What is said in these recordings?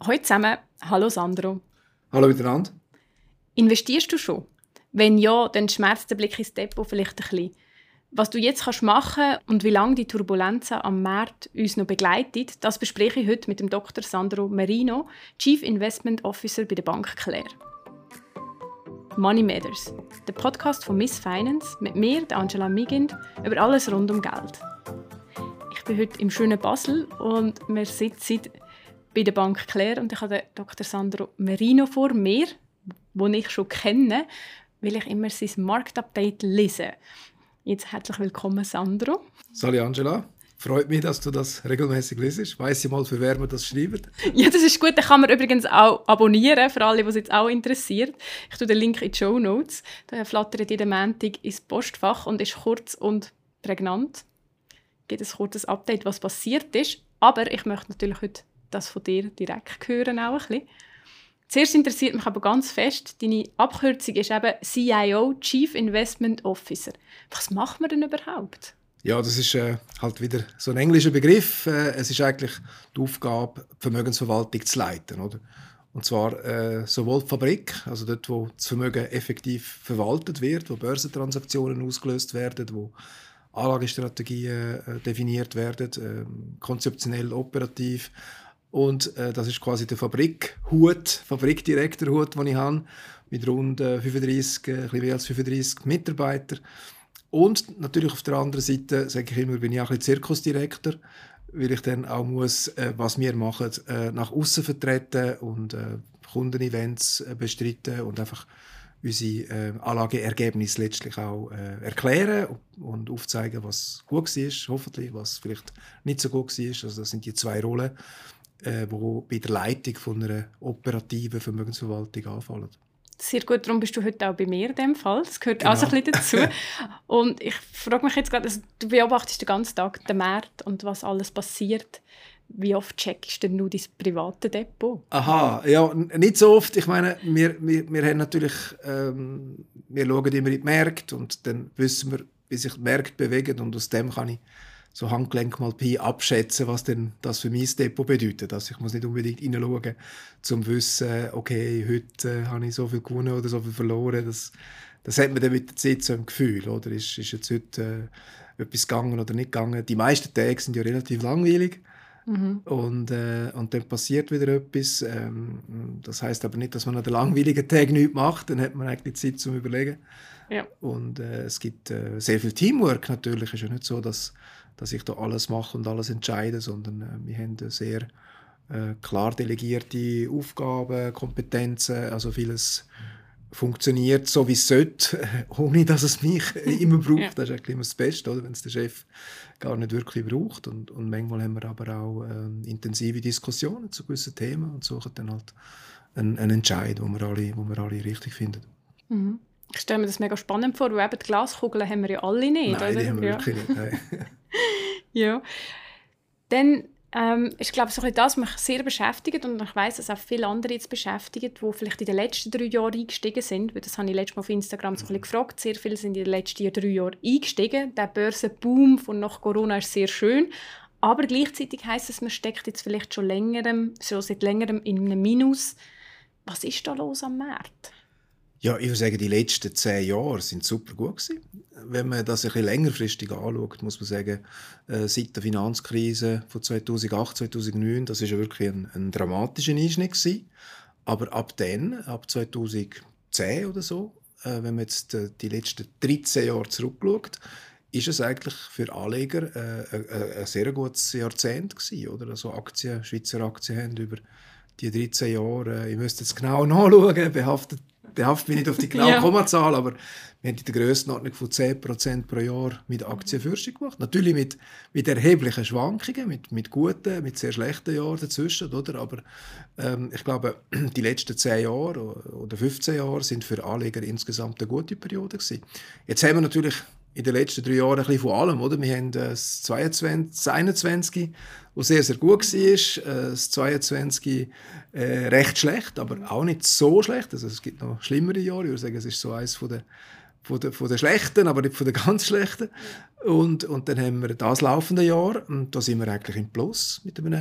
Hallo zusammen, hallo Sandro. Hallo miteinander. Investierst du schon? Wenn ja, dann schmerzt der Blick ins Depot vielleicht ein bisschen. Was du jetzt machen kannst und wie lange die Turbulenzen am Markt uns noch begleitet, das bespreche ich heute mit dem Dr. Sandro Merino, Chief Investment Officer bei der Bank Claire. Money Matters, der Podcast von Miss Finance mit mir, Angela Migind, über alles rund um Geld. Ich bin heute im schönen Basel und wir sitzen bei der Bank Claire und ich habe den Dr. Sandro Merino vor mir, den ich schon kenne, weil ich immer sein Marktupdate lese. Jetzt herzlich willkommen, Sandro. Salut Angela, freut mich, dass du das regelmäßig liest. Weiss ich mal, für wer man das schreibt? Ja, das ist gut. Den kann man übrigens auch abonnieren, für alle, die es jetzt auch interessiert. Ich tue den Link in die Shownotes. Da flattert jeden Montag ins Postfach und ist kurz und prägnant. Gibt ein kurzes Update, was passiert ist. Aber ich möchte natürlich heute das von dir direkt hören auch ein bisschen. Zuerst interessiert mich aber ganz fest, deine Abkürzung ist eben CIO, Chief Investment Officer. Was macht man denn überhaupt? Ja, das ist halt wieder so ein englischer Begriff. Es ist eigentlich die Aufgabe, die Vermögensverwaltung zu leiten. Oder? Und zwar sowohl die Fabrik, also dort, wo das Vermögen effektiv verwaltet wird, wo Börsentransaktionen ausgelöst werden, wo Anlagestrategien definiert werden, konzeptionell, operativ. Und das ist quasi der Fabrikdirektorhut, den ich habe, mit rund 35, ein bisschen mehr als 35 Mitarbeitern. Und natürlich auf der anderen Seite, sage ich immer, bin ich auch ein bisschen Zirkusdirektor, weil ich dann auch muss, was wir machen, nach außen vertreten und Kundenevents bestreiten und einfach unsere Anlageergebnisse letztlich auch erklären und aufzeigen, was gut war, hoffentlich, was vielleicht nicht so gut war. Also das sind die zwei Rollen, die bei der Leitung von einer operativen Vermögensverwaltung anfallen. Sehr gut, darum bist du heute auch bei mir in dem Fall. Das gehört Genau. also ein bisschen dazu. Und ich frage mich jetzt gerade, also du beobachtest den ganzen Tag den Markt und was alles passiert. Wie oft checkst du denn nur dein private Depot? Aha, ja, nicht so oft. Ich meine, wir haben natürlich, wir schauen immer in die Märkte und dann wissen wir, wie sich die Märkte bewegen und aus dem kann ich so Handgelenk mal Pi abschätzen, was denn das für mein Depot bedeutet. Also ich muss nicht unbedingt hineinschauen, um zu wissen, okay, heute habe ich so viel gewonnen oder so viel verloren. Das hat man dann mit der Zeit so im Gefühl, oder? Ist jetzt heute etwas gegangen oder nicht gegangen? Die meisten Tage sind ja relativ langweilig. Und dann passiert wieder etwas. Das heisst aber nicht, dass man an den langweiligen Tagen nichts macht. Dann hat man eigentlich Zeit zum Überlegen. Ja. Und es gibt sehr viel Teamwork natürlich. Es ist ja nicht so, dass ich da alles mache und alles entscheide, sondern wir haben sehr klar delegierte Aufgaben, Kompetenzen. Also vieles funktioniert so, wie es sollte, ohne dass es mich immer braucht. Ja. Das ist eigentlich immer das Beste, oder? Wenn es der Chef gar nicht wirklich braucht. Und manchmal haben wir aber auch intensive Diskussionen zu gewissen Themen und suchen dann halt einen Entscheid, den wir alle richtig finden. Mhm. Ich stelle mir das mega spannend vor, weil eben die Glaskugeln haben wir ja alle nicht. Nein, oder? Die haben wir wirklich nicht. Nein. Ja. Dann ist, glaube ich, so das, was mich sehr beschäftigt und ich weiss, dass auch viele andere jetzt beschäftigen, die vielleicht in den letzten 3 Jahren eingestiegen sind, weil das habe ich letztes Mal auf Instagram so ein bisschen gefragt, sehr viele sind in den letzten 3 Jahren eingestiegen. Der Börsenboom von nach Corona ist sehr schön, aber gleichzeitig heisst es, man steckt jetzt vielleicht schon seit längerem in einem Minus. Was ist da los am Markt? Ja, ich würde sagen, die letzten 10 Jahre sind super gut gewesen. Wenn man das ein bisschen längerfristig anschaut, muss man sagen, seit der Finanzkrise von 2008, 2009, das ist ja wirklich ein dramatischer Einschnitt gewesen. Aber ab 2010 oder so, wenn man jetzt die letzten 13 Jahre zurückschaut, ist es eigentlich für Anleger ein sehr gutes Jahrzehnt gewesen, oder? Also Schweizer Aktien haben über die 13 Jahre, ich müsste jetzt genau nachschauen, behaftet mich nicht auf die genaue Kommazahl, aber wir haben in der Grössenordnung von 10% pro Jahr mit Aktienführung gemacht. Natürlich mit erheblichen Schwankungen, mit guten, mit sehr schlechten Jahren dazwischen, oder? Aber ich glaube, die letzten 10 Jahre oder 15 Jahre sind für Anleger insgesamt eine gute Periode gewesen. Jetzt haben wir natürlich in den letzten 3 Jahren ein bisschen von allem, oder? Wir haben das 21, das sehr, sehr gut war, das 22 recht schlecht, aber auch nicht so schlecht. Also es gibt noch schlimmere Jahre. Ich würde sagen, es ist so eines von der schlechten, aber nicht von den ganz schlechten. Und dann haben wir das laufende Jahr und da sind wir eigentlich im Plus mit einem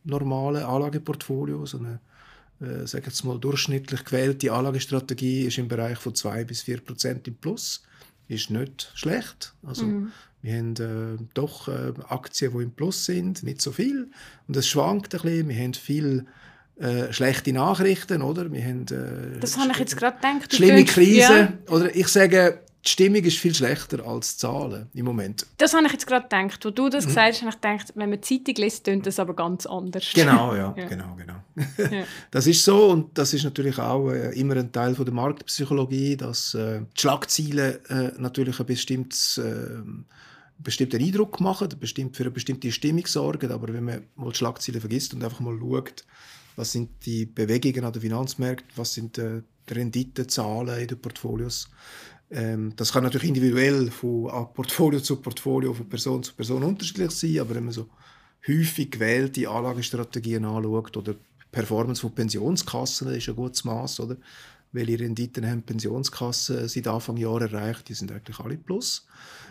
normalen Anlageportfolio. So eine sage jetzt mal, durchschnittlich gewählte Anlagestrategie ist im Bereich von 2-4% im Plus. Ist nicht schlecht. Also, wir haben doch Aktien, die im Plus sind, nicht so viel. Und es schwankt ein bisschen. Wir haben viel schlechte Nachrichten, oder? Wir haben, das habe ich jetzt gerade gedacht. Schlimme Krisen. Ja. Oder ich sage, die Stimmung ist viel schlechter als die Zahlen im Moment. Das habe ich jetzt gerade gedacht. Wo du das gesagt hast, habe ich gedacht, wenn man die Zeitung liest, klingt das aber ganz anders. Genau, ja. Genau. Ja. Das ist so und das ist natürlich auch immer ein Teil von der Marktpsychologie, dass die Schlagzeilen natürlich einen bestimmten Eindruck machen, für eine bestimmte Stimmung sorgen. Aber wenn man mal die Schlagzeilen vergisst und einfach mal schaut, was sind die Bewegungen an den Finanzmärkten, was sind die Renditenzahlen in den Portfolios, das kann natürlich individuell von Portfolio zu Portfolio, von Person zu Person unterschiedlich sein, aber wenn man so häufig gewählte Anlagestrategien anschaut oder Performance von Pensionskassen, das ist ein gutes Maß, oder? Welche Renditen haben Pensionskassen seit Anfang Jahr erreicht? Die sind eigentlich alle plus.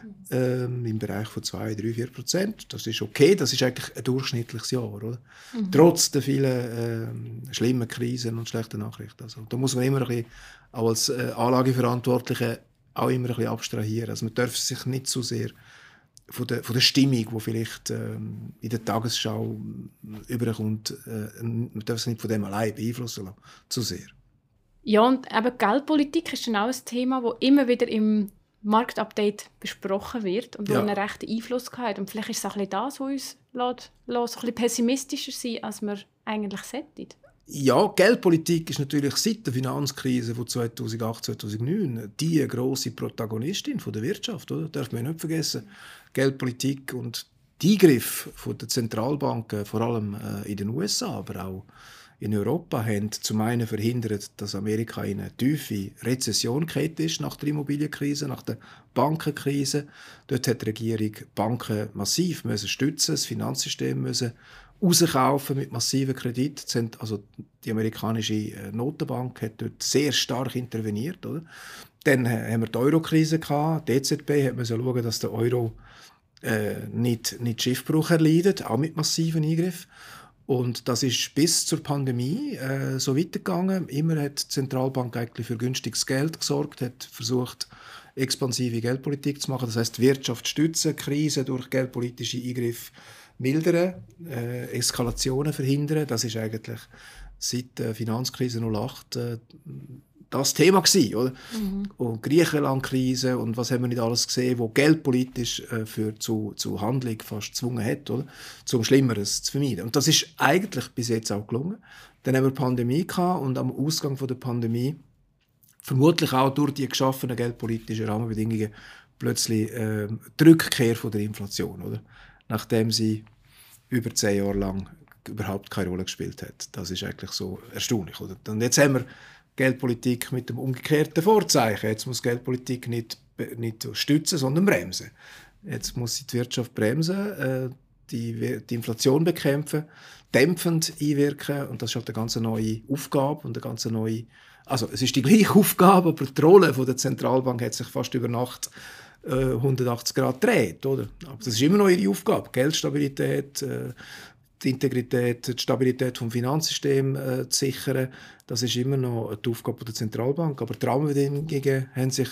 Im Bereich von 2-4%. Das ist okay, das ist eigentlich ein durchschnittliches Jahr, oder? Trotz der vielen schlimmen Krisen und schlechten Nachrichten. Also, da muss man immer ein bisschen, auch als Anlageverantwortliche auch immer ein bisschen abstrahieren. Also, man darf sich nicht zu sehr von der Stimmung, die vielleicht in der Tagesschau überkommt, man darf sich nicht von dem allein beeinflussen lassen, zu sehr. Ja, und eben Geldpolitik ist dann auch ein Thema, das immer wieder im Marktupdate besprochen wird und wo einen rechten Einfluss hat. Und vielleicht ist es auch ein bisschen das, was uns lässt so ein bisschen pessimistischer sein, als wir eigentlich sollten. Ja, Geldpolitik ist natürlich seit der Finanzkrise von 2008, 2009 die grosse Protagonistin von der Wirtschaft, oder? Darf man nicht vergessen. Geldpolitik und die Eingriffe der Zentralbanken, vor allem in den USA, aber auch in Europa, haben zum einen verhindert, dass Amerika in eine tiefe Rezession gefallen ist nach der Immobilienkrise, nach der Bankenkrise. Dort hat die Regierung Banken massiv stützen, das Finanzsystem müssen rauskaufen mit massiven Krediten. Also die amerikanische Notenbank hat dort sehr stark interveniert. Oder? Dann haben wir die Euro-Krise gehabt. Die EZB musste schauen, dass der Euro nicht Schiffbruch erleidet, auch mit massiven Eingriffen. Und das ist bis zur Pandemie so weitergegangen. Immer hat die Zentralbank eigentlich für günstiges Geld gesorgt, hat versucht, expansive Geldpolitik zu machen. Das heisst, die Wirtschaft stützen, Krisen durch geldpolitische Eingriffe mildern, Eskalationen verhindern. Das ist eigentlich seit der Finanzkrise 2008 das Thema gewesen, oder? Und Griechenland-Krise und was haben wir nicht alles gesehen, wo geldpolitisch zu Handlung fast gezwungen hat, oder? Zum Schlimmeres zu vermeiden. Und das ist eigentlich bis jetzt auch gelungen. Dann haben wir die Pandemie gehabt und am Ausgang von der Pandemie, vermutlich auch durch die geschaffenen geldpolitischen Rahmenbedingungen, plötzlich die Rückkehr von der Inflation, oder? Nachdem sie über 10 Jahre lang überhaupt keine Rolle gespielt hat. Das ist eigentlich so erstaunlich, oder? Und jetzt haben wir Geldpolitik mit dem umgekehrten Vorzeichen. Jetzt muss Geldpolitik nicht stützen, sondern bremsen. Jetzt muss sie die Wirtschaft bremsen, die Inflation bekämpfen, dämpfend einwirken. Und das ist halt eine ganz neue Aufgabe und eine ganz neue. Also es ist die gleiche Aufgabe, aber die Rolle der Zentralbank hat sich fast über Nacht 180 Grad gedreht, oder? Aber das ist immer noch ihre Aufgabe. Geldstabilität, die Integrität, die Stabilität des Finanzsystems zu sichern, das ist immer noch die Aufgabe der Zentralbank. Aber die Rahmenbedingungen haben sich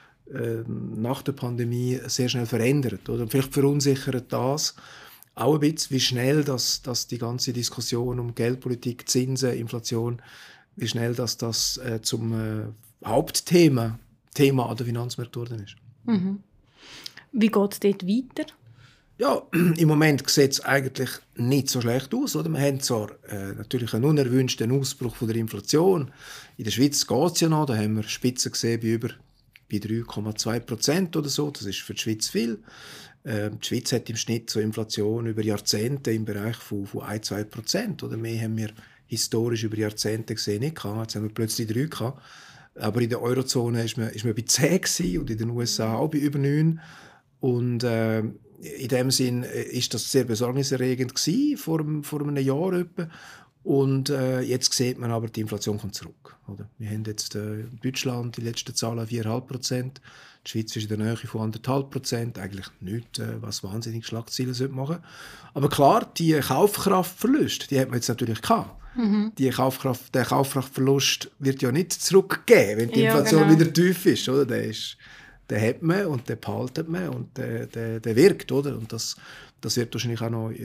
nach der Pandemie sehr schnell verändert. Oder? Vielleicht verunsichert das auch ein bisschen, wie schnell dass die ganze Diskussion um Geldpolitik, Zinsen, Inflation, wie schnell das zum Hauptthema an der Finanzmärkten geworden ist. Mhm. Wie geht es dort weiter? Ja, im Moment sieht es eigentlich nicht so schlecht aus. Oder? Wir haben zwar natürlich einen unerwünschten Ausbruch von der Inflation. In der Schweiz geht es ja noch. Da haben wir Spitzen gesehen bei 3,2% oder so. Das ist für die Schweiz viel. Die Schweiz hat im Schnitt so Inflation über Jahrzehnte im Bereich von 1-2%. Oder mehr haben wir historisch über Jahrzehnte gesehen nicht gehabt. Jetzt haben wir plötzlich 3 gehabt. Aber in der Eurozone ist man bei 10 gewesen und in den USA auch bei über 9. Und in dem Sinn ist das sehr besorgniserregend gewesen, vor einem Jahr etwa. Und jetzt sieht man aber, die Inflation kommt zurück. Oder? Wir haben jetzt in Deutschland die letzten Zahlen 4,5%. Die Schweiz ist in der Nähe von 1,5%. Eigentlich nichts, was wahnsinnig Schlagzeilen machen sollte. Aber klar, die Kaufkraftverlust, die hat man jetzt natürlich gehabt. Der Kaufkraftverlust wird ja nicht zurückgegeben, wenn die Inflation wieder tief ist. Oder? Den hat man und den behaltet man und der wirkt. Oder? Und das wird wahrscheinlich auch noch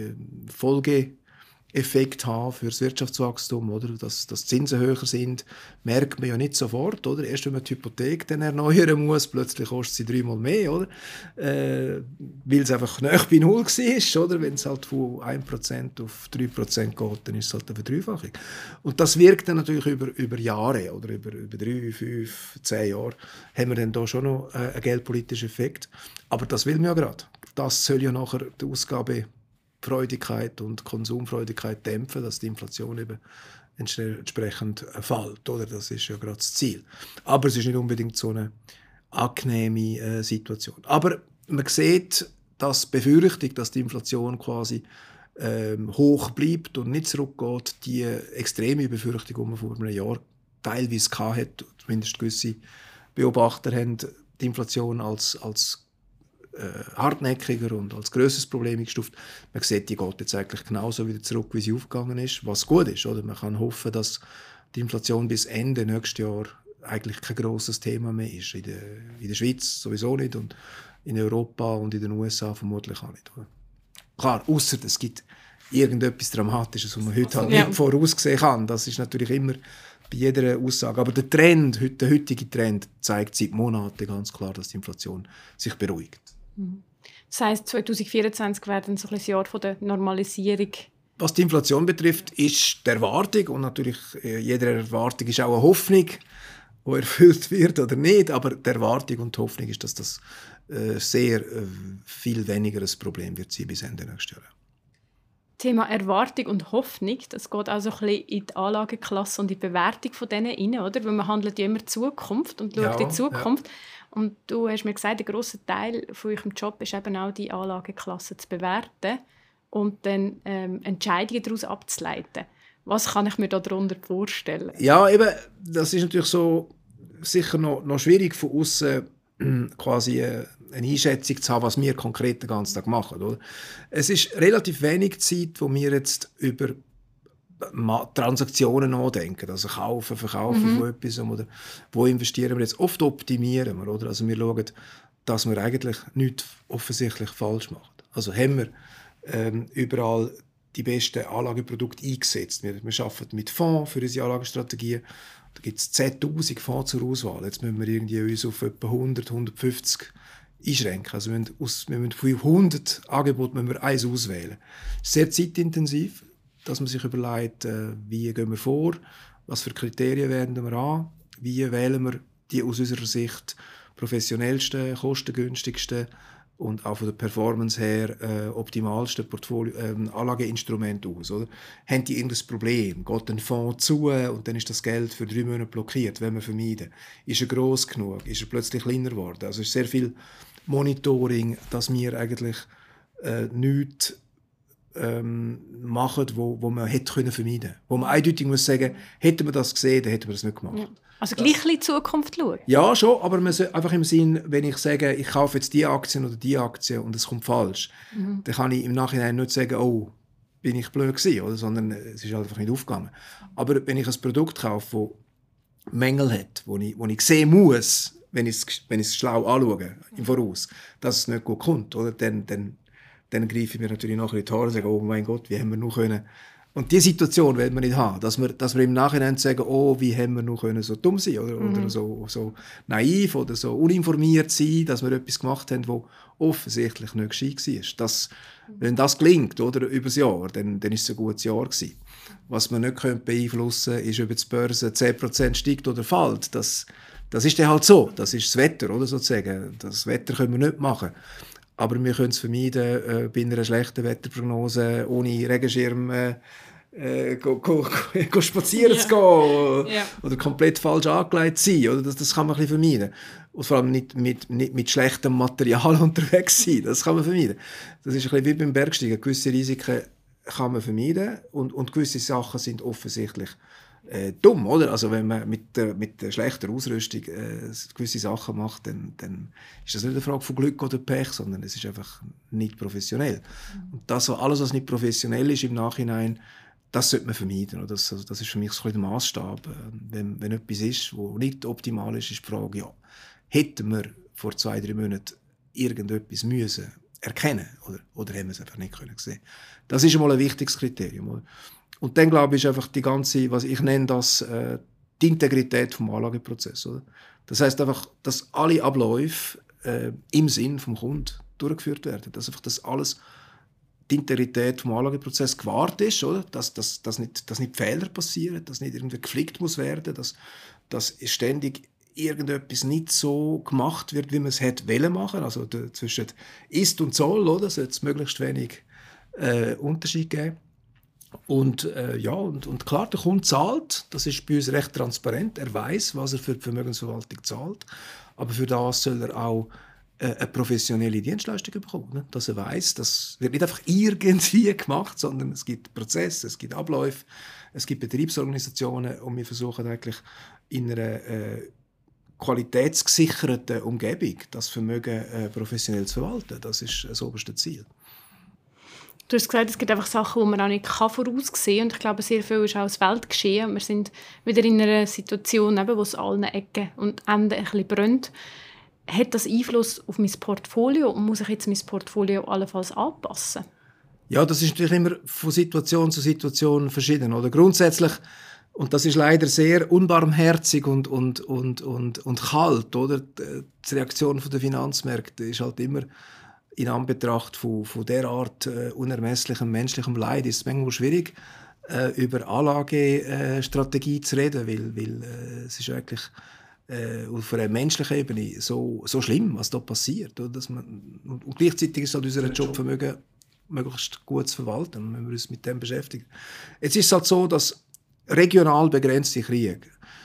Folgeeffekt haben für das Wirtschaftswachstum, oder? Dass Zinsen höher sind, merkt man ja nicht sofort. Oder? Erst wenn man die Hypothek dann erneuern muss, plötzlich kostet sie 3-mal mehr. Oder? Weil es einfach nahe bei Null war. Oder? Wenn es halt von 1% auf 3% geht, dann ist es halt eine Verdreifachung. Und das wirkt dann natürlich über Jahre, oder über 3, 5, 10 Jahre, haben wir dann da schon noch einen geldpolitischen Effekt. Aber das will man ja gerade. Das soll ja nachher die Ausgabefreudigkeit und Konsumfreudigkeit dämpfen, dass die Inflation eben entsprechend fällt. Oder? Das ist ja gerade das Ziel. Aber es ist nicht unbedingt so eine angenehme Situation. Aber man sieht, dass die Befürchtung, dass die Inflation quasi hoch bleibt und nicht zurückgeht, die extreme Befürchtung, die man vor einem Jahr teilweise hatte, zumindest gewisse Beobachter haben die Inflation als hartnäckiger und als grösseres Problem eingestuft. Man sieht, die geht jetzt eigentlich genauso wieder zurück, wie sie aufgegangen ist, was gut ist. Oder? Man kann hoffen, dass die Inflation bis Ende nächstes Jahr eigentlich kein grosses Thema mehr ist. In der Schweiz sowieso nicht und in Europa und in den USA vermutlich auch nicht. Oder? Klar, ausser es gibt irgendetwas Dramatisches, was man heute halt nicht voraussehen kann. Das ist natürlich immer bei jeder Aussage. Aber der heutige Trend zeigt seit Monaten ganz klar, dass die Inflation sich beruhigt. Das heisst, 2024 werden so ein Jahr von der Normalisierung. Was die Inflation betrifft, ist die Erwartung, und natürlich jede Erwartung ist auch eine Hoffnung, die erfüllt wird oder nicht, aber die Erwartung und die Hoffnung ist, dass das sehr viel weniger ein Problem wird sein bis Ende nächstes Jahr. Thema Erwartung und Hoffnung, das geht auch so ein bisschen in die Anlageklasse und in die Bewertung von denen rein, oder? Weil man handelt ja immer Zukunft und schaut in die Zukunft. Ja. Und du hast mir gesagt, ein grosser Teil von eurem Job ist eben auch, die Anlageklasse zu bewerten und dann Entscheidungen daraus abzuleiten. Was kann ich mir darunter vorstellen? Ja, eben, das ist natürlich so sicher noch schwierig von außen quasi eine Einschätzung zu haben, was wir konkret den ganzen Tag machen. Oder? Es ist relativ wenig Zeit, wo wir jetzt über Transaktionen nachdenken, also kaufen, verkaufen von etwas oder wo investieren wir jetzt. Oft optimieren wir, oder? Also wir schauen, dass wir eigentlich nichts offensichtlich falsch machen. Also haben wir überall die besten Anlageprodukte eingesetzt. Wir arbeiten mit Fonds für unsere Anlagestrategien. Da gibt es 10'000 Fonds zur Auswahl. Jetzt müssen wir irgendwie uns auf etwa 100, 150 einschränken. Also wir müssen von 100 Angeboten müssen wir eins auswählen. Sehr zeitintensiv, dass man sich überlegt, wie gehen wir vor, was für Kriterien wenden wir an, wie wählen wir die aus unserer Sicht professionellsten, kostengünstigsten und auch von der Performance her optimalsten Anlageinstrumente aus. Oder? Haben die irgendein Problem? Geht ein Fonds zu und dann ist das Geld für 3 Monate blockiert, wenn wir vermeiden? Ist er gross genug? Ist er plötzlich kleiner geworden? Also es ist sehr viel Monitoring, dass wir eigentlich nichts machen, wo man hätte vermeiden können. Wo man eindeutig muss sagen, hätten wir das gesehen, dann hätten wir das nicht gemacht. Ja. Also gleich in die Zukunft schauen? Ja, schon, aber man soll einfach im Sinn, wenn ich sage, ich kaufe jetzt die Aktien oder die Aktien und es kommt falsch, dann kann ich im Nachhinein nicht sagen, oh, bin ich blöd gewesen, oder? Sondern es ist einfach nicht aufgegangen. Aber wenn ich ein Produkt kaufe, das Mängel hat, wo ich sehen muss, wenn ich es schlau anschaue, im Voraus, dass es nicht gut kommt, oder? Dann greife ich mir natürlich nachher in die Haare und sage, oh mein Gott, wie haben wir noch können. Und diese Situation will man nicht haben, dass wir im Nachhinein sagen, oh, wie haben wir noch können so dumm sein oder so naiv oder so uninformiert sein, dass wir etwas gemacht haben, das offensichtlich nicht gescheit war. Wenn das gelingt, oder, über das Jahr, dann ist es ein gutes Jahr gewesen. Was man nicht beeinflussen können, ist, ob die Börse 10% steigt oder fällt. Das ist dann halt so. Das ist das Wetter, oder, sozusagen. Das Wetter können wir nicht machen. Aber wir können es vermeiden, bei einer schlechten Wetterprognose ohne Regenschirm spazieren zu gehen oder komplett falsch angelegt zu sein. Oder? Das kann man ein bisschen vermeiden. Und vor allem nicht mit schlechtem Material unterwegs sein. Das kann man vermeiden. Das ist ein bisschen wie beim Bergsteigen. Gewisse Risiken kann man vermeiden und gewisse Sachen sind offensichtlich dumm, oder? Also wenn man mit schlechter Ausrüstung gewisse Sachen macht, dann ist das nicht eine Frage von Glück oder Pech, sondern es ist einfach nicht professionell. Und das, alles, was nicht professionell ist im Nachhinein, das sollte man vermeiden. Oder? Das ist für mich so ein der Maßstab. Wenn etwas ist, was nicht optimal ist, ist die Frage, ja, hätten wir vor 2-3 Monaten irgendetwas müssen erkennen oder haben wir es einfach nicht können sehen. Das ist einmal ein wichtiges Kriterium. Oder? Und dann, glaube ich, ist einfach die ganze, was ich nenne das, die Integrität vom Anlageprozess. Oder? Das heisst einfach, dass alle Abläufe im Sinn vom Kunden durchgeführt werden. Dass einfach das alles, die Integrität vom Anlageprozess gewahrt ist, oder? Dass nicht Fehler passieren, dass nicht irgendwie geflickt muss werden, dass ständig irgendetwas nicht so gemacht wird, wie man es hätte wollen machen. Also zwischen Ist und Soll, oder? Es sollte möglichst wenig Unterschied geben. Und klar, der Kunde zahlt, das ist bei uns recht transparent, er weiß, was er für die Vermögensverwaltung zahlt, aber für das soll er auch eine professionelle Dienstleistung bekommen, ne? Dass er weiß, das wird nicht einfach irgendwie gemacht, sondern es gibt Prozesse, es gibt Abläufe, es gibt Betriebsorganisationen und wir versuchen eigentlich in einer qualitätsgesicherten Umgebung das Vermögen professionell zu verwalten. Das ist das oberste Ziel. Du hast gesagt, es gibt einfach Sachen, die man auch nicht voraussehen kann. Und ich glaube, sehr viel ist auch das Weltgeschehen. Wir sind wieder in einer Situation, wo es an allen Ecken und Enden ein bisschen brennt. Hat das Einfluss auf mein Portfolio und muss ich jetzt mein Portfolio allenfalls anpassen? Ja, das ist natürlich immer von Situation zu Situation verschieden. Oder? Grundsätzlich, und das ist leider sehr unbarmherzig und kalt, oder? Die Reaktion der Finanzmärkte ist halt immer in Anbetracht von derart unermesslichem menschlichem Leid ist es manchmal schwierig, über Anlagestrategie zu reden, weil es ist eigentlich auf einer menschlichen Ebene so schlimm, was da passiert. Oder? Und gleichzeitig ist es halt unser Job, Vermögen möglichst gut zu verwalten, wenn wir uns mit dem beschäftigen. Jetzt ist es halt so, dass regional begrenzte Kriege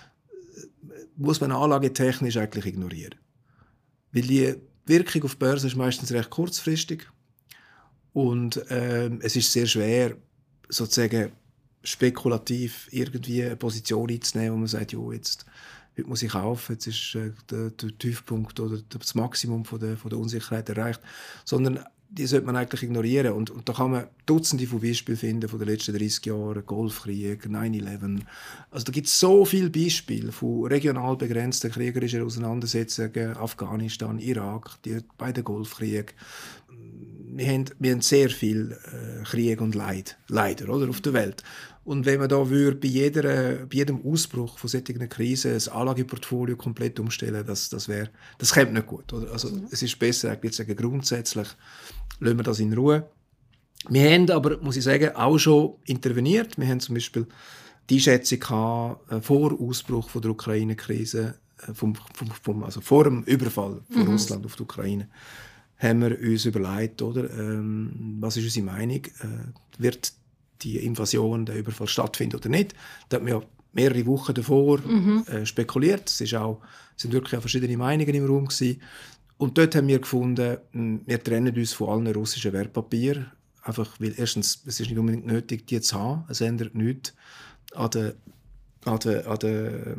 muss man anlagetechnisch eigentlich ignorieren. Weil die Wirkung auf die Börse ist meistens recht kurzfristig und es ist sehr schwer, sozusagen spekulativ irgendwie eine Position einzunehmen, wo man sagt, jo, heute muss ich kaufen, jetzt ist der Tiefpunkt oder das Maximum von der Unsicherheit erreicht, sondern die sollte man eigentlich ignorieren. Und da kann man Dutzende von Beispielen finden von den letzten 30 Jahren, Golfkrieg, 9/11. Also da gibt es so viele Beispiele von regional begrenzten kriegerischen Auseinandersetzungen, Afghanistan, Irak, die beiden Golfkriege. Wir haben sehr viel Krieg und Leid, leider, oder, auf der Welt. Und wenn man da bei jedem Ausbruch von solchen Krisen das Anlageportfolio komplett umstellen, das kommt nicht gut. Oder? Also, es ist besser, ich würde sagen, grundsätzlich lassen wir das in Ruhe. Wir haben aber, muss ich sagen, auch schon interveniert. Wir haben zum Beispiel die Einschätzung gehabt, vor Ausbruch von der Ukraine-Krise, also vor dem Überfall von Russland auf die Ukraine, haben wir uns überlegt, oder, was ist unsere Meinung, wird die Invasion, der Überfall stattfinden oder nicht. Da hat man ja mehrere Wochen davor spekuliert. Es sind wirklich auch verschiedene Meinungen im Raum gewesen. Und dort haben wir gefunden, wir trennen uns von allen russischen Wertpapieren. Einfach, weil erstens, es ist nicht unbedingt nötig, die zu haben. Es ändert nichts an der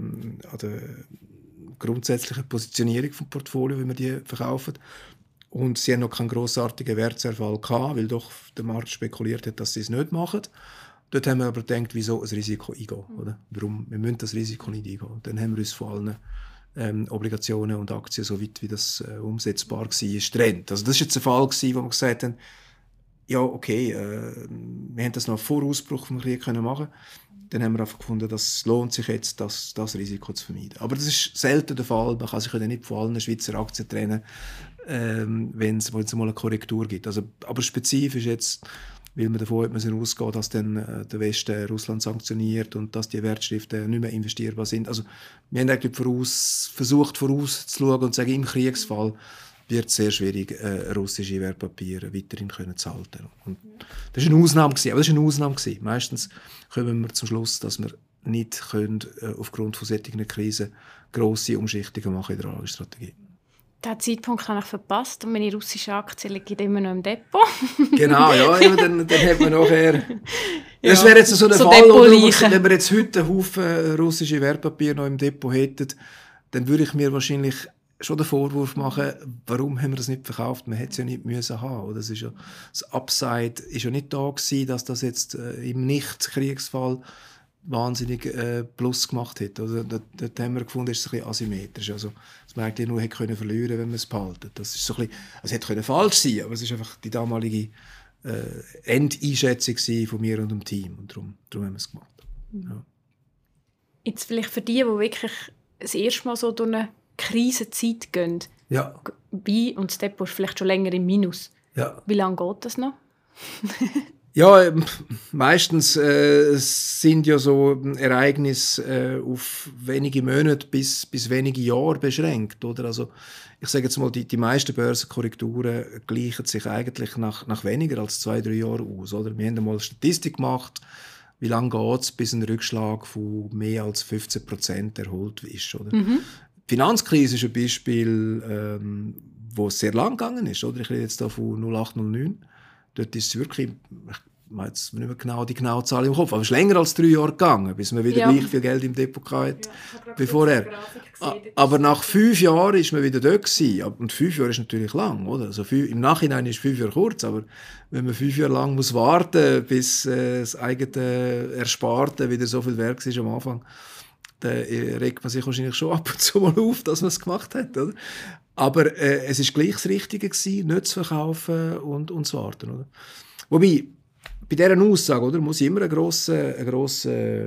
grundsätzlichen Positionierung des Portfolios, wie wir die verkaufen. Und sie haben noch keinen grossartigen Wertzerfall gehabt, weil doch der Markt spekuliert hat, dass sie es nicht machen. Dort haben wir aber gedacht, wieso ein Risiko eingehen, oder? Warum? Wir müssen das Risiko nicht eingehen. Dann haben wir uns von allen Obligationen und Aktien, so weit wie das umsetzbar war, getrennt. Also das war jetzt ein Fall, wo wir gesagt haben, ja, okay, wir haben das noch vor Ausbruch vom Krieg machen. Dann haben wir einfach gefunden, dass es lohnt sich jetzt, das Risiko zu vermeiden. Aber das ist selten der Fall. Man kann sich ja nicht von allen Schweizer Aktien trennen, wenn es mal eine Korrektur gibt. Also, aber spezifisch jetzt, weil man davon ausgehen muss, dass dann der Westen Russland sanktioniert und dass die Wertschriften nicht mehr investierbar sind. Also, wir haben eigentlich versucht vorauszuschauen und zu sagen, im Kriegsfall wird es sehr schwierig, russische Wertpapiere weiterhin zu halten. Und das war eine Ausnahme, aber das war eine Ausnahme. Meistens kommen wir zum Schluss, dass wir nicht aufgrund von solchen Krisen grosse Umschichtungen machen in der Anlagestrategie. Diesen Zeitpunkt habe ich verpasst und meine russischen Aktien liegen immer noch im Depot. Genau, ja, dann hat man nachher... Ja, das wäre jetzt so der so Fall, oder, Depotleichen. wenn wir jetzt heute einen Haufen russische Wertpapiere noch im Depot hätten, dann würde ich mir wahrscheinlich schon den Vorwurf machen, warum haben wir das nicht verkauft? Man hätte es ja nicht müssen haben. Oder das Upside ist ja nicht da gewesen, dass das jetzt im Nicht-Kriegsfall wahnsinnig Plus gemacht hätte. Also, dort haben wir gefunden, es ist ein bisschen asymmetrisch. Also, dass man eigentlich nur hätte können verlieren, wenn man es behalten. Das ist so ein bisschen, es hätte können falsch sein, aber es ist einfach die damalige Endeinschätzung von mir und dem Team. Und darum haben wir es gemacht. Ja. Jetzt vielleicht für die wirklich das erste Mal so durch eine Krisenzeit gehen. Ja. Und das Depot ist vielleicht schon länger im Minus. Ja. Wie lange geht das noch? Ja, meistens sind ja so Ereignisse auf wenige Monate bis wenige Jahre beschränkt. Oder? Also, ich sage jetzt mal, die meisten Börsenkorrekturen gleichen sich eigentlich nach weniger als 2-3 Jahren aus. Oder? Wir haben einmal eine Statistik gemacht, wie lange geht es, bis ein Rückschlag von mehr als 15% erholt ist. Oder? Die Finanzkrise ist ein Beispiel, wo es sehr lang gegangen ist. Oder? Ich rede jetzt da von 08/09. Dort ist es wirklich, ich habe jetzt nicht mehr genau die genaue Zahl im Kopf, aber es ist länger als 3 Jahre gegangen, bis man wieder gleich viel Geld im Depot hatte wie vorher. Aber nach 5 Jahren ist man wieder dort gewesen. Und 5 Jahre ist natürlich lang, oder? Also im Nachhinein ist 5 Jahre kurz, aber wenn man 5 Jahre lang muss warten, bis das eigene Ersparte wieder so viel wert ist am Anfang, dann regt man sich wahrscheinlich schon ab und zu mal auf, dass man es gemacht hat, oder? Aber es war gleich das Richtige gewesen, nicht zu verkaufen und zu warten, oder? Wobei, bei dieser Aussage, oder, muss ich immer ein grosses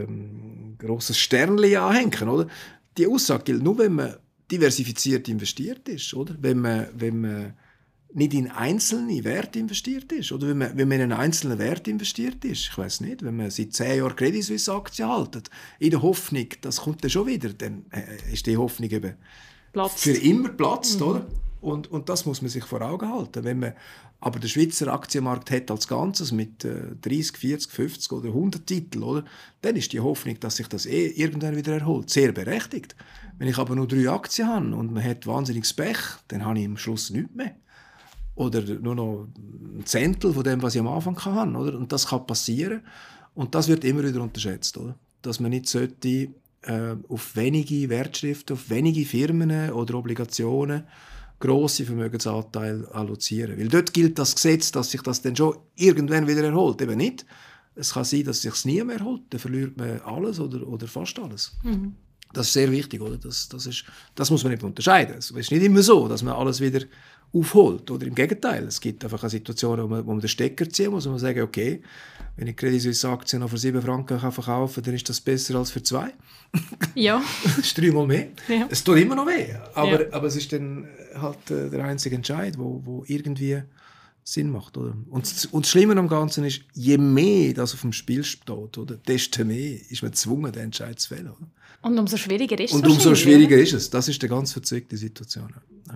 Sternchen anhängen, oder? Die Aussage gilt nur, wenn man diversifiziert investiert ist, oder? Wenn man nicht in einzelne Werte investiert ist, oder wenn man in einen einzelnen Wert investiert ist, ich weiss nicht, wenn man seit 10 Jahren Credit Suisse Aktien haltet, in der Hoffnung, das kommt dann schon wieder, dann ist die Hoffnung eben für immer platzt, oder? Und das muss man sich vor Augen halten. Wenn man aber den Schweizer Aktienmarkt hat als Ganzes mit 30, 40, 50 oder 100 Titeln, oder? Dann ist die Hoffnung, dass sich das irgendwann wieder erholt, sehr berechtigt. Wenn ich aber nur 3 Aktien habe und man hat wahnsinniges Pech, dann habe ich am Schluss nichts mehr. Oder nur noch ein Zehntel von dem, was ich am Anfang hatte, oder? Und das kann passieren. Und das wird immer wieder unterschätzt, oder? Dass man nicht sollte auf wenige Wertschriften, auf wenige Firmen oder Obligationen grosse Vermögensanteile allozieren. Weil dort gilt das Gesetz, dass sich das dann schon irgendwann wieder erholt. Eben nicht. Es kann sein, dass es sich nie mehr erholt. Dann verliert man alles oder fast alles. Das ist sehr wichtig, oder? Das muss man nicht unterscheiden. Es ist nicht immer so, dass man alles wieder aufholt. Oder im Gegenteil, es gibt einfach eine Situation, wo man den Stecker ziehen muss und man sagt, okay, wenn ich Credit Suisse Aktien noch für 7 Franken verkaufen kann, dann ist das besser als für 2. Ja. Das ist 3-mal mehr. Ja. Es tut immer noch weh, aber es ist dann halt der einzige Entscheid, wo irgendwie Sinn macht. Oder? Und das Schlimme am Ganzen ist, je mehr das auf dem Spiel steht, oder, desto mehr ist man gezwungen, den Entscheid zu fällen. Oder? Und umso schwieriger ist es. Und umso schwieriger ist es. Das ist eine ganz verzwickte Situation. Ja.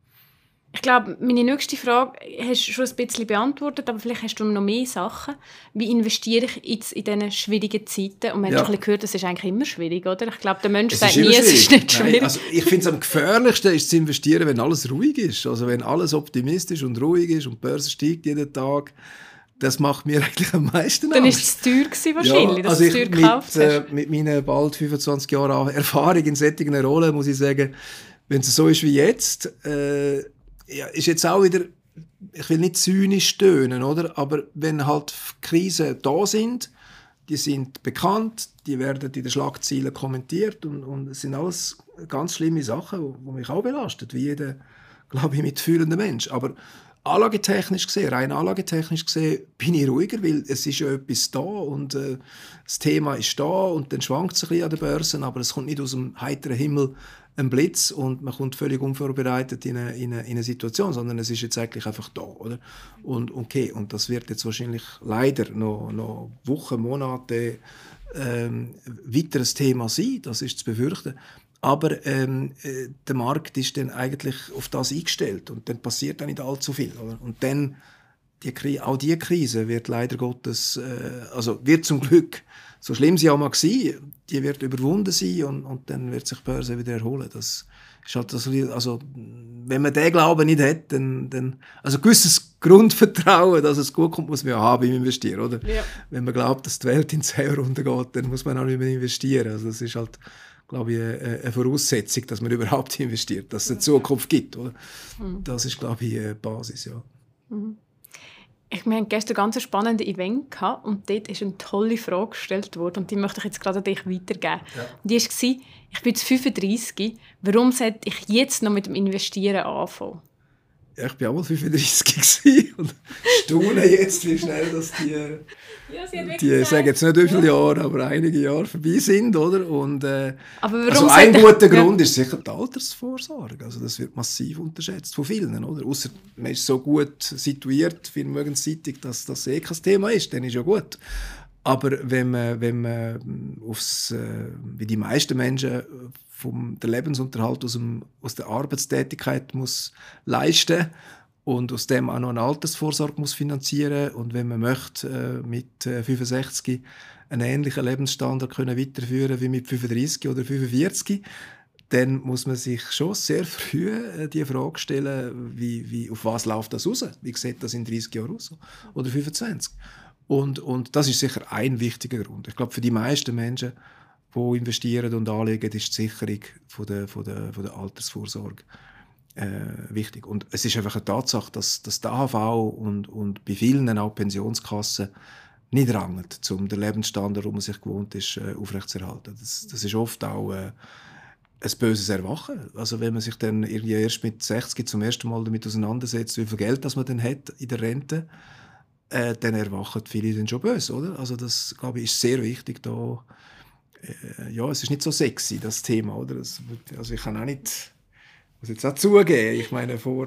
Ich glaube, meine nächste Frage hast du schon ein bisschen beantwortet, aber vielleicht hast du noch mehr Sachen. Wie investiere ich jetzt in diesen schwierigen Zeiten? Und man hat schon ein bisschen gehört, das ist eigentlich immer schwierig, oder? Ich glaube, der Mensch sagt nie, es ist nicht schwierig. Nein, also ich finde es am gefährlichsten ist zu investieren, wenn alles ruhig ist. Also wenn alles optimistisch und ruhig ist und die Börse steigt jeden Tag. Das macht mir eigentlich am meisten Angst. Dann war es zu teuer wahrscheinlich, ja, dass du es teuer gekauft hast. Mit meinen bald 25 Jahren Erfahrung in solchen Rollen muss ich sagen, wenn es so ist wie jetzt, ist jetzt auch wieder, ich will nicht zynisch stöhnen, oder? Aber wenn halt Krisen da sind, die sind bekannt, die werden in den Schlagzeilen kommentiert und es sind alles ganz schlimme Sachen, die mich auch belastet, wie jeder, glaube ich, mitfühlende Mensch. Aber rein anlagetechnisch gesehen, bin ich ruhiger, weil es ist ja etwas da und das Thema ist da und dann schwankt es ein bisschen an den Börsen, aber es kommt nicht aus dem heiteren Himmel ein Blitz und man kommt völlig unvorbereitet in eine Situation, sondern es ist jetzt eigentlich einfach da, oder? Und okay, und das wird jetzt wahrscheinlich leider noch Wochen, Monate weiteres Thema sein, das ist zu befürchten. Aber der Markt ist dann eigentlich auf das eingestellt und dann passiert dann nicht allzu viel. Oder? Und dann auch diese Krise wird leider Gottes, also wird zum Glück, so schlimm sie auch mal gewesen, die wird überwunden sein und dann wird sich die Börse wieder erholen. Das ist halt also, wenn man den Glauben nicht hat, dann also ein gewisses Grundvertrauen, dass es gut kommt, muss man ja haben beim Investieren, oder? Ja. Wenn man glaubt, dass die Welt ins Meer runtergeht, dann muss man auch nicht mehr investieren. Also das ist halt, glaube ich, eine Voraussetzung, dass man überhaupt investiert, dass es eine Zukunft gibt, oder? Das ist, glaube ich, die Basis, ja. Wir hatten gestern ein ganz spannendes Event gehabt, und dort ist eine tolle Frage gestellt worden und die möchte ich jetzt gerade an dich weitergeben. Ja. Die war, ich bin jetzt 35, warum sollte ich jetzt noch mit dem Investieren anfangen? Ja, ich war auch mal 35 und staune jetzt, wie schnell dass die sagen jetzt nicht wie viele Jahre, aber einige Jahre vorbei sind, oder? Und, aber warum also ein guter Grund ist sicher die Altersvorsorge. Also das wird massiv unterschätzt von vielen, oder? Ausser man ist so gut situiert, vermögensseitig, dass das kein Thema ist, dann ist ja gut. Aber wenn man wie die meisten Menschen der Lebensunterhalt aus der Arbeitstätigkeit muss leisten und aus dem auch noch eine Altersvorsorge muss finanzieren, und wenn man möchte mit 65 einen ähnlichen Lebensstandard können weiterführen wie mit 35 oder 45, dann muss man sich schon sehr früh die Frage stellen, wie auf was läuft das raus? Wie sieht das in 30 Jahren aus? Oder 25? Und das ist sicher ein wichtiger Grund. Ich glaube, für die meisten Menschen, die investieren und anlegen, ist die Sicherung von der Altersvorsorge wichtig. Und es ist einfach eine Tatsache, dass die AHV und bei vielen auch Pensionskassen nicht rangen, um den Lebensstandard, den man sich gewohnt ist, aufrechtzuerhalten. Das ist oft auch ein böses Erwachen. Also wenn man sich dann irgendwie erst mit 60 zum ersten Mal damit auseinandersetzt, wie viel Geld das man dann hat in der Rente, dann erwachen viele dann schon böse, oder? Also das, glaube ich, ist sehr wichtig da. Ja, es ist nicht so sexy, das Thema, oder? Also ich kann auch nicht, muss jetzt auch zugeben, ich meine, vor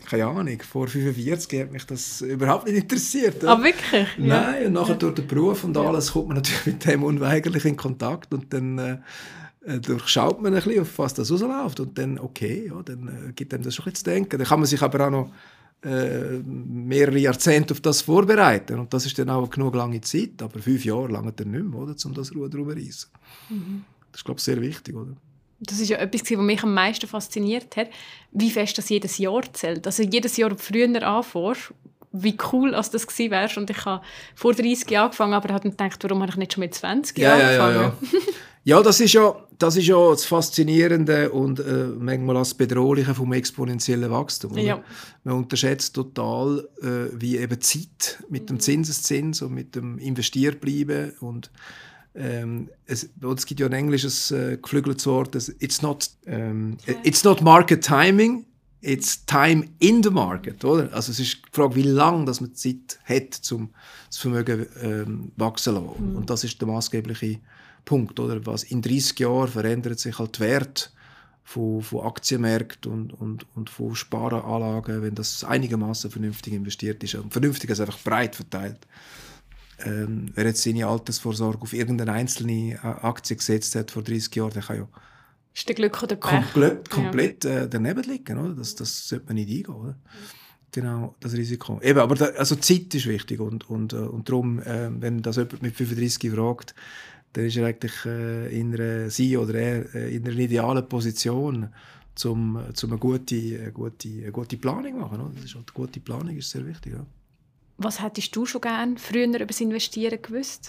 45 hat mich das überhaupt nicht interessiert. Oder? Ah, wirklich? Nein, ja. Und nachher durch den Beruf und alles kommt man natürlich mit dem unweigerlich in Kontakt, und dann durchschaut man ein bisschen, auf was das rausläuft, und dann, okay, ja, dann gibt einem das schon ein bisschen zu denken. Dann kann man sich aber auch noch mehrere Jahrzehnte auf das vorbereiten. Und das ist dann auch genug lange Zeit. Aber 5 Jahre lang dann nicht mehr, oder, um das Ruder rumzureissen. Das ist, glaube ich, sehr wichtig. Oder? Das ist ja etwas, was mich am meisten fasziniert hat, wie fest das jedes Jahr zählt. Also jedes Jahr früher anfährst, wie cool das gewesen wäre. Und ich habe vor 30 Jahren angefangen, aber habe gedacht, warum habe ich nicht schon mit 20 Jahren angefangen? Ja, das ist ja das Faszinierende und manchmal das Bedrohliche vom exponentiellen Wachstum. Ja. Man unterschätzt total, wie eben Zeit mit dem Zinseszins und mit dem Investierbleiben und es gibt ja ein englisches geflügeltes Wort, it's not market timing, it's time in the market, oder? Also es ist die Frage, wie lange dass man Zeit hat, um das Vermögen wachsen zu lassen. Und das ist der maßgebliche Punkt, oder? Was in 30 Jahren verändert sich halt der Wert von Aktienmärkten und von Sparanlagen, wenn das einigermaßen vernünftig investiert ist. Und vernünftig ist einfach breit verteilt. Wer jetzt seine Altersvorsorge auf irgendeine einzelne Aktie gesetzt hat vor 30 Jahren, der kann ja ist der Glück oder Pech? Komplett daneben liegen. Oder? Das sollte man nicht eingehen. Oder? Genau, das Risiko. Eben, aber also Zeit ist wichtig. Und darum, wenn das jemand mit 35 fragt, dann ist er eigentlich in einer idealen Position, um eine gute Planung zu machen. Oder? Das ist halt, eine gute Planung ist sehr wichtig. Ja. Was hättest du schon gerne früher über das Investieren gewusst?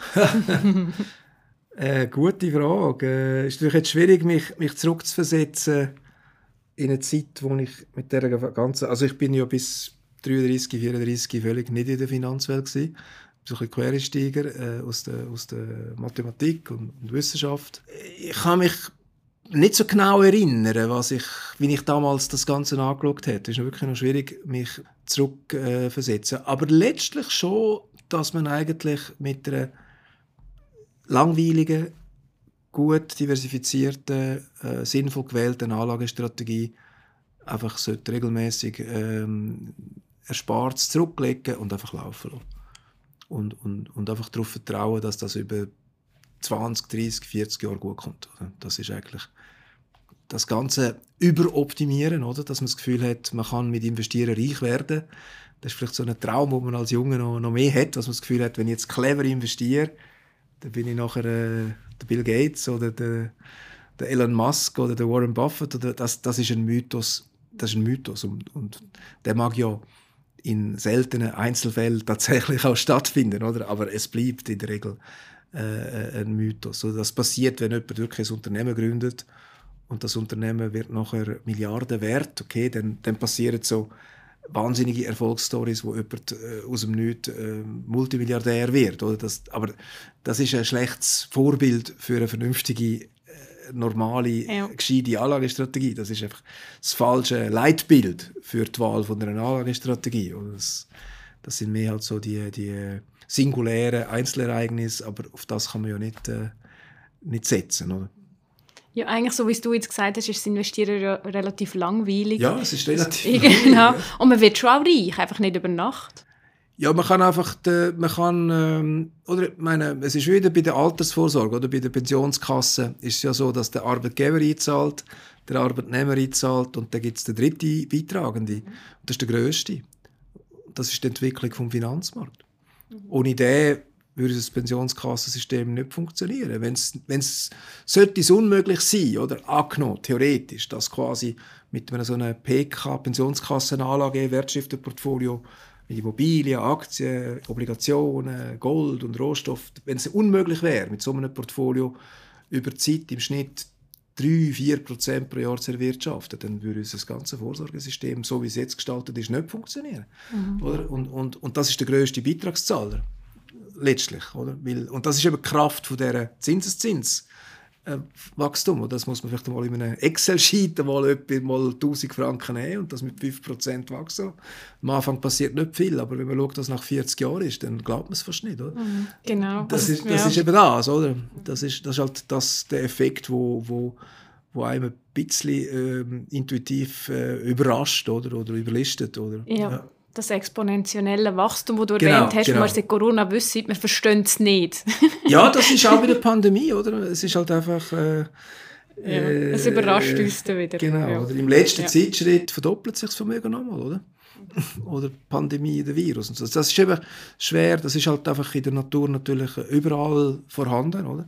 Gute Frage. Es ist natürlich jetzt schwierig, mich zurückzuversetzen in eine Zeit, wo ich mit der ganzen... Also ich bin ja bis 33, 34 völlig nicht in der Finanzwelt gewesen. Ich bin ein bisschen Quereinsteiger aus der Mathematik und Wissenschaft. Ich kann mich nicht so genau erinnern, wie ich damals das Ganze angeschaut habe. Es ist wirklich noch schwierig, mich zurückzuversetzen. Aber letztlich schon, dass man eigentlich mit einer langweiligen, gut diversifizierten, sinnvoll gewählten Anlagestrategie einfach regelmäßig Erspartes zurücklegen und einfach laufen lassen. Und einfach darauf vertrauen, dass das über 20, 30, 40 Jahre gut kommt. Das ist eigentlich das Ganze überoptimieren, oder? Dass man das Gefühl hat, man kann mit Investieren reich werden. Das ist vielleicht so ein Traum, den man als Junge noch mehr hat, was man das Gefühl hat, wenn ich jetzt clever investiere, dann bin ich nachher der Bill Gates oder der Elon Musk oder der Warren Buffett. Oder das ist ein Mythos. Das ist ein Mythos. Und der mag ja in seltenen Einzelfällen tatsächlich auch stattfinden, oder? Aber es bleibt in der Regel ein Mythos. Also das passiert, wenn jemand wirklich ein Unternehmen gründet und das Unternehmen wird nachher Milliarden wert, okay, dann passieren so wahnsinnige Erfolgsstories, wo jemand aus dem Nichts Multimilliardär wird. Oder? Aber das ist ein schlechtes Vorbild für eine vernünftige, normale, gescheite Anlagestrategie. Das ist einfach das falsche Leitbild für die Wahl von einer Anlagestrategie. Das sind mehr halt so die singulären Einzelereignisse, aber auf das kann man ja nicht setzen. Oder? Ja, eigentlich, so wie du jetzt gesagt hast, ist das Investieren ja relativ langweilig. Ja, es ist relativ langweilig. Genau. Ja. Und man wird schon auch reich, einfach nicht über Nacht. Ja, man kann einfach, oder ich meine, es ist wieder bei der Altersvorsorge oder bei der Pensionskasse ist es ja so, dass der Arbeitgeber einzahlt, der Arbeitnehmer einzahlt und dann gibt es den dritten Beitragenden. Und das ist der grösste. Das ist die Entwicklung vom Finanzmarkt. Ohne den würde das Pensionskassensystem nicht funktionieren. Sollte es unmöglich sein, oder angenommen, theoretisch, dass quasi mit so einem PK-Pensionskassenanlage, Wertschriftenportfolio, mit Immobilien, Aktien, Obligationen, Gold und Rohstoff, wenn es unmöglich wäre, mit so einem Portfolio über die Zeit im Schnitt 3-4% pro Jahr zu erwirtschaften, dann würde unser ganzes Vorsorgesystem, so wie es jetzt gestaltet ist, nicht funktionieren. Oder? Und das ist der grösste Beitragszahler, letztlich. Oder? Und das ist eben die Kraft von dieser Zinseszinswachstum. Und das muss man vielleicht mal in einem Excel-Sheet mal 1000 Franken nehmen und das mit 5% wachsen. Am Anfang passiert nicht viel, aber wenn man schaut, dass es nach 40 Jahren ist, dann glaubt man es fast nicht. Oder? Genau. Das ist eben das, oder? Das ist halt der Effekt, wo einem ein bisschen intuitiv überrascht oder überlistet. Oder? Ja. Das exponentielle Wachstum, das du erwähnt hast, wo wir seit Corona wissen, wir verstehen es nicht. Ja, das ist auch wieder Pandemie, oder? Es ist halt einfach... es überrascht uns dann wieder. Genau, ja. Oder im letzten Zeitschritt verdoppelt sich das Vermögen nochmal, oder? Oder die Pandemie, der Virus. Und so. Das ist eben schwer, das ist halt einfach in der Natur natürlich überall vorhanden, oder?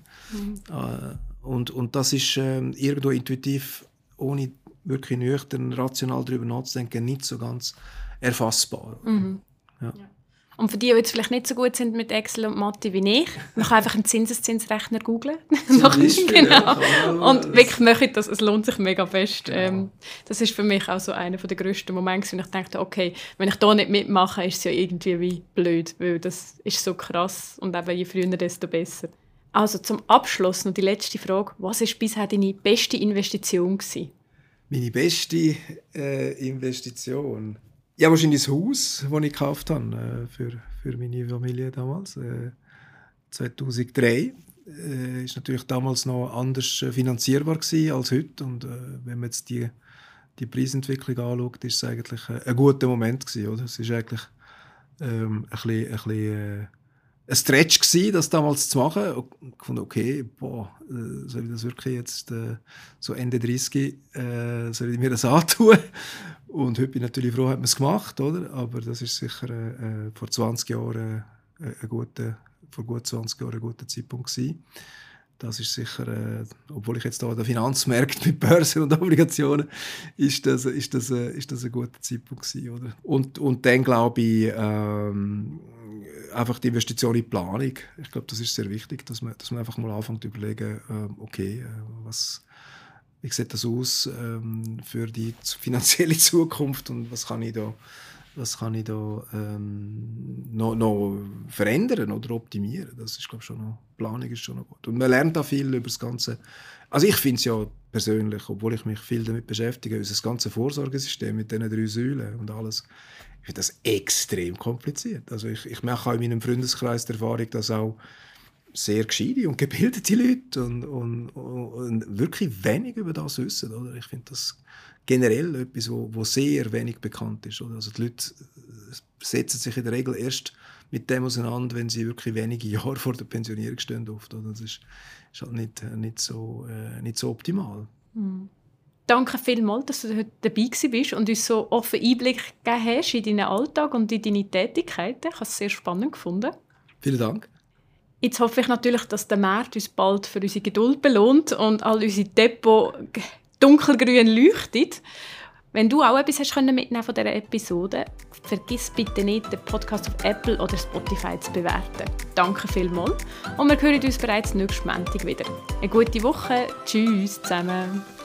Und das ist irgendwo intuitiv, ohne wirklich nüchtern, rational darüber nachzudenken, nicht so ganz erfassbar. Ja. Und für die, die jetzt vielleicht nicht so gut sind mit Excel und Mathe wie ich, man kann einfach einen Zinseszinsrechner googlen. Genau. Ja, und wirklich machen das, es lohnt sich mega fest. Genau. Das ist für mich auch so einer der grössten Momente, wo ich dachte, okay, wenn ich da nicht mitmache, ist es ja irgendwie wie blöd, weil das ist so krass und eben je früher, desto besser. Also zum Abschluss noch die letzte Frage. Was war bisher deine beste Investition gewesen? Meine beste Investition? Ja, wahrscheinlich das Haus, das ich gekauft habe für meine Familie damals. 2003. Ist natürlich damals noch anders finanzierbar gewesen als heute. Und wenn man jetzt die Preisentwicklung anschaut, ist es eigentlich ein guter Moment gewesen, oder? Es ist eigentlich ein Stretch gewesen, das damals zu machen. Und ich fand, okay, soll ich das wirklich jetzt so Ende 30 soll ich mir das antun? Und heute bin ich natürlich froh, hat man es gemacht, oder? Aber das ist sicher vor 20 Jahren vor gut 20 Jahren ein guter Zeitpunkt gewesen. Das ist sicher, obwohl ich jetzt da an den Finanzmärkten mit Börsen und Obligationen, ist das ein guter Zeitpunkt gewesen, oder? Und dann glaube ich, einfach die Investition in die Planung. Ich glaube, das ist sehr wichtig, dass man einfach mal anfängt zu überlegen, okay, wie sieht das aus für die finanzielle Zukunft und was kann ich da noch verändern oder optimieren. Das ist, glaube ich, schon noch, Planung ist schon noch gut. Und man lernt da viel über das Ganze. Also ich finde es ja persönlich, obwohl ich mich viel damit beschäftige, unser ganzes Vorsorgesystem mit diesen 3 Säulen und alles, ich finde das extrem kompliziert. Also ich mache auch in meinem Freundeskreis die Erfahrung, dass auch sehr gescheite und gebildete Leute und wirklich wenig über das wissen. Oder? Ich finde das generell etwas, wo sehr wenig bekannt ist. Oder? Also die Leute setzen sich in der Regel erst mit dem auseinander, wenn sie wirklich wenige Jahre vor der Pensionierung stehen. Oft, oder? Das ist halt nicht so optimal. Danke vielmals, dass du heute dabei bist und uns so offen Einblick gegeben hast in deinen Alltag und in deine Tätigkeiten. Ich habe es sehr spannend gefunden. Vielen Dank. Jetzt hoffe ich natürlich, dass der März uns bald für unsere Geduld belohnt und all unsere Depot dunkelgrün leuchtet. Wenn du auch etwas mitnehmen von dieser Episode, vergiss bitte nicht, den Podcast auf Apple oder Spotify zu bewerten. Danke vielmals und wir hören uns bereits nächsten Montag wieder. Eine gute Woche. Tschüss zusammen.